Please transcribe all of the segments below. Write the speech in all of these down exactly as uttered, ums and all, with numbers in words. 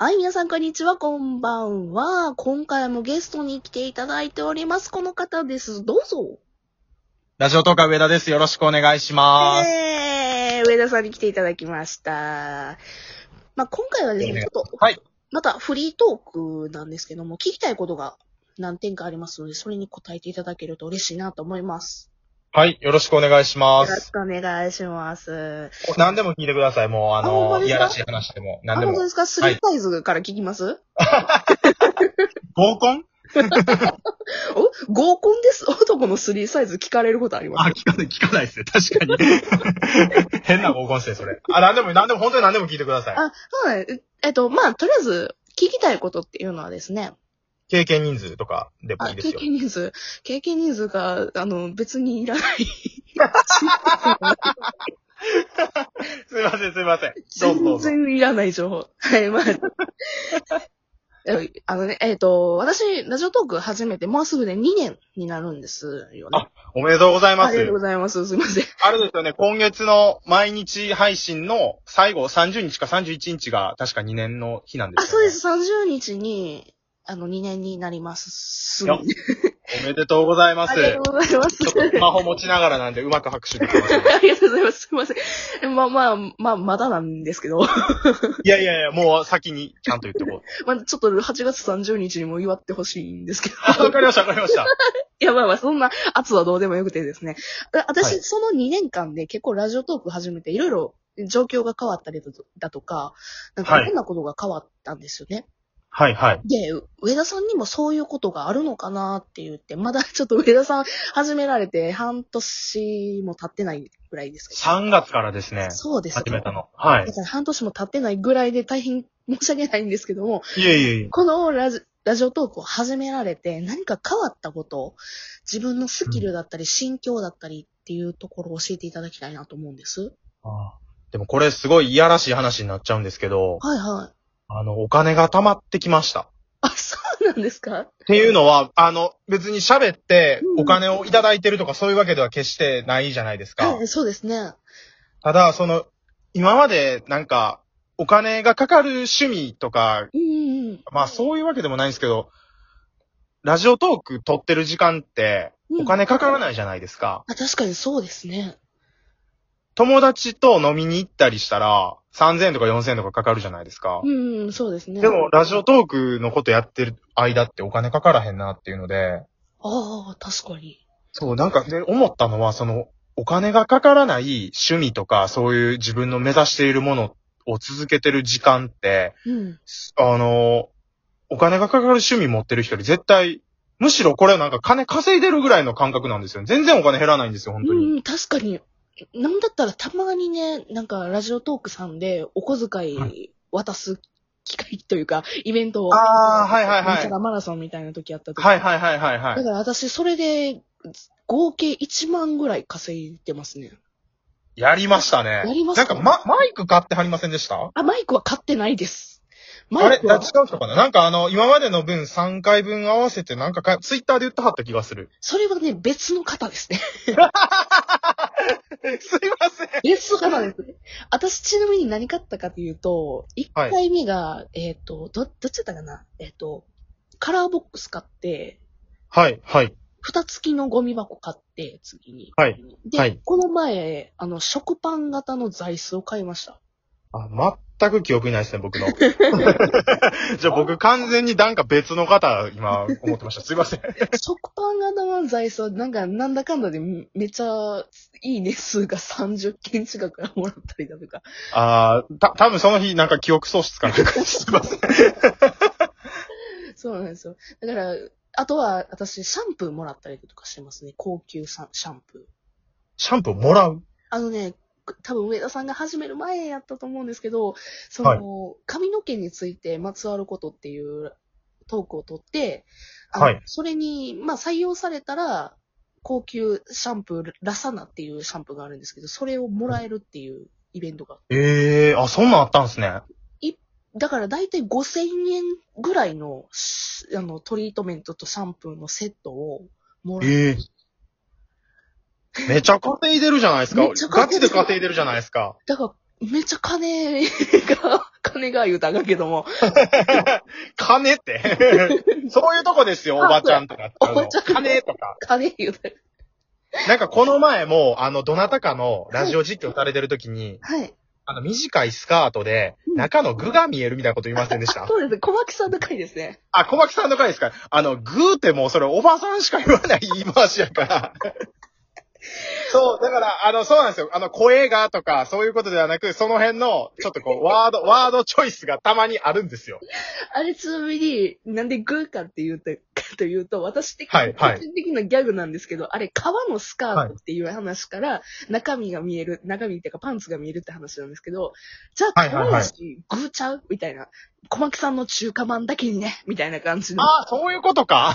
はい、皆さんこんにちは、こんばんは。今回もゲストに来ていただいております。この方です。どうぞ。 ラジオトーカー上田です。よろしくお願いします。 えー、上田さんに来ていただきました。まあ、今回はですね、ちょっと、 はい。 またフリートークなんですけども、聞きたいことが何点かありますので、それに答えていただけると嬉しいなと思います。 はい。よろしくお願いしまよろしす。 くお願いします。 何でも聞いてください。もう、ああ本当の、 ですかいやらしい話でも、 あ、 何でも。 本当ですか？スリーサイズから聞きます、 合コンお合コンです。男のスリーサイズ聞かれることあります？ あ、聞かない、聞かないですね。確かに。変な合コンしてそれ。あ、何でも、何でも、本当に何でも聞いてください。 あ、そうなんです。えっと、まあ、とりあえず、聞きたいことっていうのはですね。 経験人数とかでもいあ、経いですよ。 験人数。経験人数が、あの、別にいらない。 すいません、すいません。どうぞどうぞ。 全然いらない情報。はい、まあ。あのね、えっと、私、ラジオトーク始めてもうすぐでにねんになるんですよね。 あ、おめでとうございます。 ありがとうございます。すいません。 あれですよね、今月の毎日配信の最後さんじゅうにちかさんじゅういちにちが確かにねんの日なんであ、 すよね。 そうです。さんじゅうにちに、あの、にねんになります。すぐに。 おめでとうございます。 ありがとうございます。 ちょっとスマホ持ちながらなんでうまく拍手できました。 ありがとうございます。すいません。まあまあ、まあ、まだなんですけど。 いやいやいや、もう先にちゃんと言ってこう。 まあ、ちょっとはちがつさんじゅうにちにも祝ってほしいんですけど。 あ、わかりました、わかりました。 いや、まあまあ、そんな圧はどうでもよくてですね。あ私、 はいそのにねんかんで結構ラジオトーク始めていろいろ状況が変わったりだとだとか、なんかいろんなことが変わったんですよね。 はいはい。 で、上田さんにもそういうことがあるのかなって言って、まだちょっと上田さん始められて半年も経ってないぐらいですけど。 さんがつからですね。 そうです。 始めたの。はいだ。から半年も経ってないぐらいで大変申し訳ないんですけども、 いえいえいえ。 このラジラジオトークを始められて何か変わったこと、自分のスキルだったり心境だったりっていうところを教えていただきたいなと思うんです。 ああ、でもこれすごいいやらしい話になっちゃうんですけど、 はいはい。 あの、お金が貯まってきました。 あ、そうなんですか？ っていうのは、あの、別に喋ってうんお金をいただいてるとかそういうわけでは決してないじゃないですか。 はい、そうですね。 ただ、その、今までなんか、お金がかかる趣味とか、 うんうんうん。 まあそういうわけでもないんですけど、ラジオトーク撮ってる時間ってうんお金かからないじゃないですか。 あ、確かにそうですね。 友達と飲みに行ったりしたらさんぜんえんとかよんせんえんとかかかるじゃないですか。 うんうん、そうですね。 でも、ラジオトークのことやってる間ってお金かからへんなっていうので、 ああ、確かに。 そう、なんか、で、思ったのは、その、お金がかからない趣味とか、そういう自分の目指しているものを続けてる時間って、 うん。 あの、お金がかかる趣味持ってる人より絶対、むしろこれなんか金稼いでるぐらいの感覚なんですよ。全然お金減らないんですよ、本当に。 うんうん、確かに。なんだったらたまにね、なんかラジオトークさんでお小遣い渡す機会というか、イベントを。 ああ、はいはいはい。 なんちゃらマラソンみたいな時あった時。 はいはいはいはいはい。 だから私それで合計いちまんぐらい稼いでますね。 やりましたね。 やりましたなんかマ、マイク買ってはりませんでした？ あ、マイクは買ってないです。マあれ違イクは、 う人かななんかあの、今までの分さんかいぶん合わせてなんかか、ツイッターで言ってはった気がする。 それはね、別の方ですね。 すいません。 別の方ですね。私ちなみに何買ったかというと、いっかいめが、えっと、ど、どっちだったかなえっと、カラーボックス買って、 はい、はい、 蓋付きのゴミ箱買って、次に。 はい。 で、 はいこの前、あの、食パン型の座椅子を買いました。 あ、全く記憶にないですね、僕の。じゃあ僕完全になんか別の方、今思ってました。すいません。 食パン型の座椅子は、なんか、なんだかんだでめっちゃいいね数がさんじゅっけん近くもらったりだとか。 あー、た、多分その日なんか記憶喪失かなんかすいません。 そうなんですよ。だから、あとは、私、シャンプーもらったりとかしてますね。高級シャシャンプー。 シャンプーもらうあのね、多分上田さんが始める前やったと思うんですけど、その、 はい髪の毛についてまつわることっていうトークをとって、あのはいそれに、まあ採用されたら、高級シャンプー、ラサナっていうシャンプーがあるんですけど、それをもらえるっていうイベントが。 ええー、あ、そんなんあったんすね。 いだからだいたいごせんえんぐらいの、あの、トリートメントとシャンプーのセットをもらえる。 ええー。めちゃ稼いでるじゃないですか。 めっちゃ稼いでるガチで稼いでるじゃないですか。 だから、 めっちゃ金が、金が言うたらあかんけども。 金ってそういうとこですよ、おばちゃんとか。 おばちゃん。 金とか。 金言うたら。 なんかこの前も、あの、どなたかのラジオ実況されてる時に、 はい。 あの、短いスカートで、中の具が見えるみたいなこと言いませんでしたそうですね。小牧さんの回ですね。 あ、小牧さんの回ですか？あの、具ってもうそれおばさんしか言わない言い回しやから。そう、だから、あの、そうなんですよ。あの、声がとか、そういうことではなく、その辺の、ちょっとこう、ワード、ワードチョイスがたまにあるんですよ。 あれちなみに、なんでグーかって言うと、かというと、私的に、 はいはい個人的なギャグなんですけど、あれ、革のスカートっていう話から、中身が見える、中身っていうかパンツが見えるって話なんですけど、じゃあ、革はいはいはいやし、グーちゃうみたいな。小牧さんの中華まんだけにね、みたいな感じの。 ああ、そういうことか。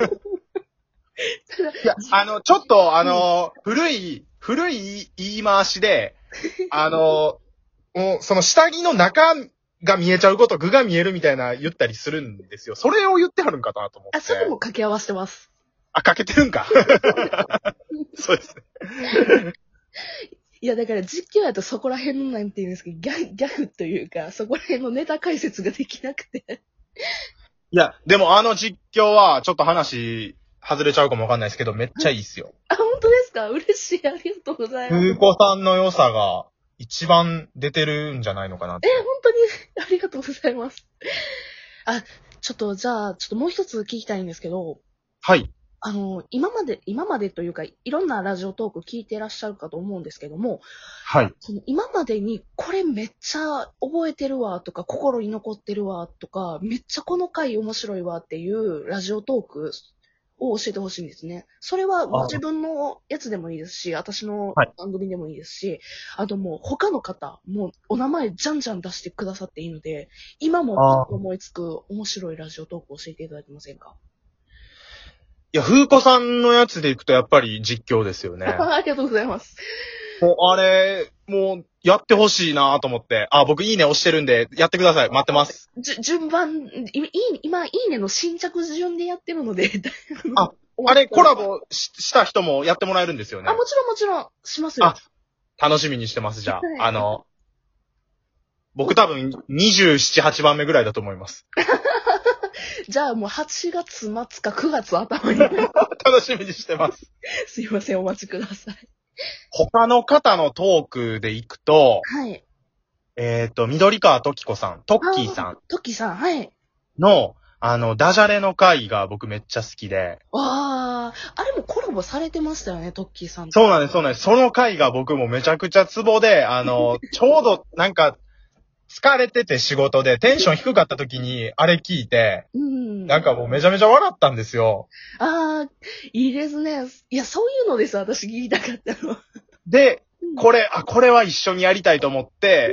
いや、あの、ちょっと、あの、古い、古い言い回しで、あの、もうその下着の中が見えちゃうこと、具が見えるみたいな言ったりするんですよ。それを言ってはるんかなと思って。 あ、それも掛け合わせてます。 あ、かけてるんか。そうですね。 いや、だから実況やとそこら辺のなんていうんですか、ギャギャグというか、そこら辺のネタ解説ができなくて。 いや、でもあの実況は、ちょっと話、外れちゃうかもわかんないですけど、めっちゃいいっすよ。 あ、本当ですか？嬉しい。ありがとうございます。 風子さんの良さが一番出てるんじゃないのかなって。 え、本当にありがとうございます。あ、ちょっとじゃあ、ちょっともう一つ聞きたいんですけど、 はい。 あの、今まで、今までというか、いろんなラジオトーク聞いてらっしゃるかと思うんですけども、 はい。 その今までにこれめっちゃ覚えてるわとか、心に残ってるわとか、めっちゃこの回面白いわっていうラジオトークを教えてほしいんですね。それはご自分のやつでもいいですし、私のはい番組でもいいですし、あともう他の方、もうお名前じゃんじゃん出してくださっていいので、今もあー思いつく面白いラジオトークを教えていただけませんか？ いや、風子さんのやつでいくとやっぱり実況ですよね。 ありがとうございます。 もうあれ、もうやってほしいなと思って。あ、僕いいね押してるんで、やってください。待ってます。 じゅ順番、いいい今、いいねの新着順でやってるので、 あ、あれコラボしした人もやってもらえるんですよねあ、。もちろんもちろん、しますよ。 あ、楽しみにしてます、じゃはいあ。あの、僕多分にじゅうなな、はちばんめぐらいだと思います。 じゃあもうはちがつ末かくがつ頭に。 楽しみにしてます。 すいません、お待ちください。 他の方のトークで行くと、 はい。 えっと、緑川時子さん、トッキーさんトッキーさん、はい。 の、あの、ダジャレの回が僕めっちゃ好きで。 わー、あれもコラボされてましたよね、トッキーさんと。 そうなんです、そうなんです。その回が僕もめちゃくちゃツボで、あの、ちょうどなんか、疲れてて仕事でテンション低かった時にあれ聞いて、 うん。 なんかもうめちゃめちゃ笑ったんですよ。 あー、いいですね。いや、そういうのです、私聞きたかったの。 で、これ、あ、これは一緒にやりたいと思って、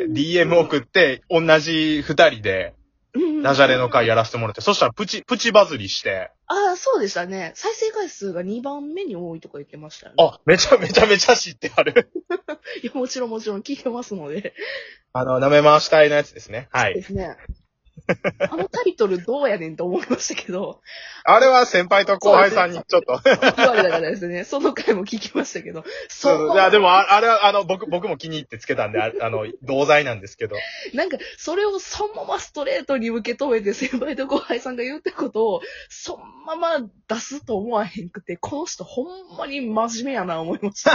ディーエム 送って、同じ二人で、 うん。 ダジャレの回やらせてもらって、そしたらプチ、プチバズりして、 ああ、そうでしたね。再生回数がにばんめに多いとか言ってましたよね。 あ、めちゃめちゃめちゃ知ってある。 いや、もちろんもちろん聞いてますので。 あの、舐め回したいのやつですね。はい。 そうですね。あのタイトルどうやねんと思いましたけど、 あれは先輩と後輩さんにちょっと。 言われたからですね、その回も聞きましたけど、 そうそう。いや、でもあ、あれは、あの、僕、僕も気に入ってつけたんで、ああの、同罪なんですけど。 なんか、それをそのままストレートに受け止めて、先輩と後輩さんが言ったことを、そのまま出すと思わへんくて、この人ほんまに真面目やな思いました。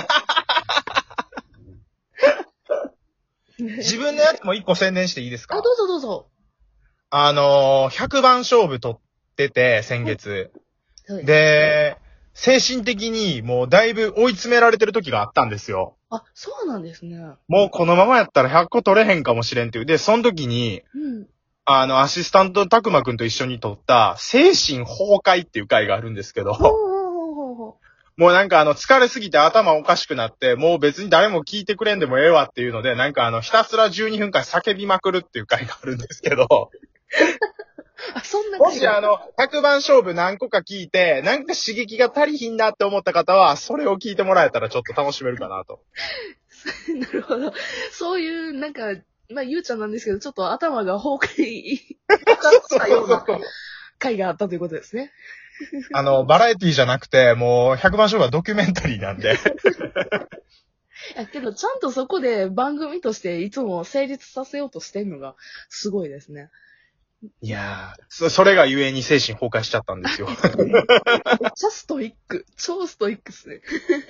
自分のやつも一個宣伝していいですか？ あ、どうぞどうぞ。 あのー、ひゃくばん勝負取ってて、先月。 はい、 で、精神的にもうだいぶ追い詰められてる時があったんですよ。 あ、そうなんですね。 もうこのままやったらひゃっこ取れへんかもしれんっていう。で、その時に、 うん。 あの、アシスタントたくまくんと一緒に撮った、精神崩壊っていう回があるんですけど、 ほうほうほうほうほう。 もうなんかあの、疲れすぎて頭おかしくなって、もう別に誰も聞いてくれんでもええわっていうので、なんかあの、ひたすらじゅうにふんかん叫びまくるっていう回があるんですけど、 あ、そんなもしあの、ひゃくばん勝負何個か聞いて、なんか刺激が足りひんなって思った方は、それを聞いてもらえたらちょっと楽しめるかなと。 なるほど。そういう、なんか、まあ、ゆうちゃんなんですけど、ちょっと頭が崩壊、したような回があったということですね。 あの、バラエティじゃなくて、もうひゃくばん勝負はドキュメンタリーなんで。 やけど、ちゃんとそこで番組としていつも成立させようとしてんのがすごいですね。 いやー、そ、それがゆえに精神崩壊しちゃったんですよ。 めっちゃストイック。超ストイックっすね。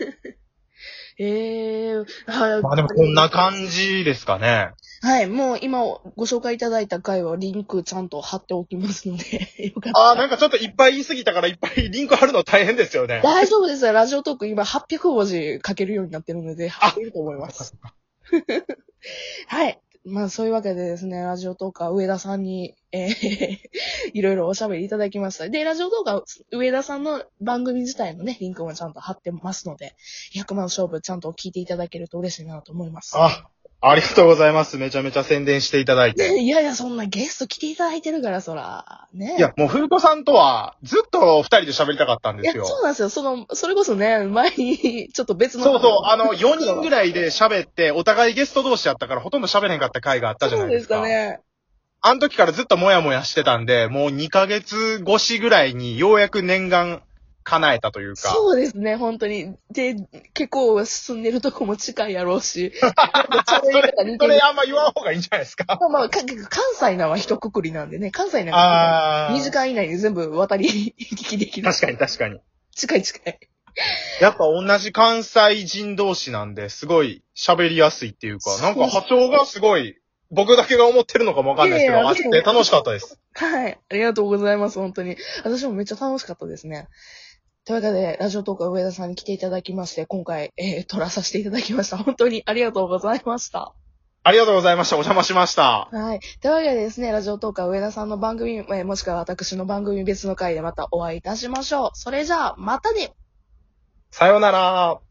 ええー、はい。 まあでもこんな感じですかね。 はい。もう今ご紹介いただいた回はリンクちゃんと貼っておきますので、よかったら。 あー、なんかちょっといっぱい言い過ぎたからいっぱいリンク貼るの大変ですよね。 大丈夫ですよ。ラジオトーク今はっぴゃく文字書けるようになってるので、貼っていると思います。はい。まあそういうわけでですね、ラジオトーカー上田さんに、えー、いろいろおしゃべりいただきました。で、ラジオトーカー上田さんの番組自体のね、リンクもちゃんと貼ってますので、ひゃくまん勝負ちゃんと聞いていただけると嬉しいなと思います。 あ、ありがとうございます。めちゃめちゃ宣伝していただいて。 いやいや、そんなゲスト来ていただいてるから、そら、ね。 いや、もう風子さんとはずっと二人で喋りたかったんでいや、 すよ。 そうなんですよ。その、それこそね、前に、ちょっと別の。 そうそう、あの、よにんぐらいで喋って、お互いゲスト同士やったからほとんど喋れへんかった回があったじゃないですか。 そうですかね。 あの時からずっともやもやしてたんで、もうにかげつ越しぐらいにようやく念願叶えたというか。 そうですね、本当に。で、結構進んでるとこも近いやろうし。 それ、それあんま言わん方がいいんじゃないですか。 まあまあ、か関西なんは一括りなんでね、関西なんあー。 にじかん以内に全部渡り行きできる。 確かに確かに。 近い近い。 やっぱ同じ関西人同士なんで、すごい喋りやすいっていうか、なんか波長がすごい、僕だけが思ってるのかもわかんないですけど、あって楽しかったです。 はい。ありがとうございます、本当に。私もめっちゃ楽しかったですね。というわけで、ラジオトーク上田さんに来ていただきまして、今回、えー、撮らさせていただきました。本当にありがとうございました。 ありがとうございました。お邪魔しました。 はい。というわけでですね、ラジオトーク上田さんの番組、えー、もしくは私の番組別の回でまたお会いいたしましょう。それじゃあ、またね。 さようなら。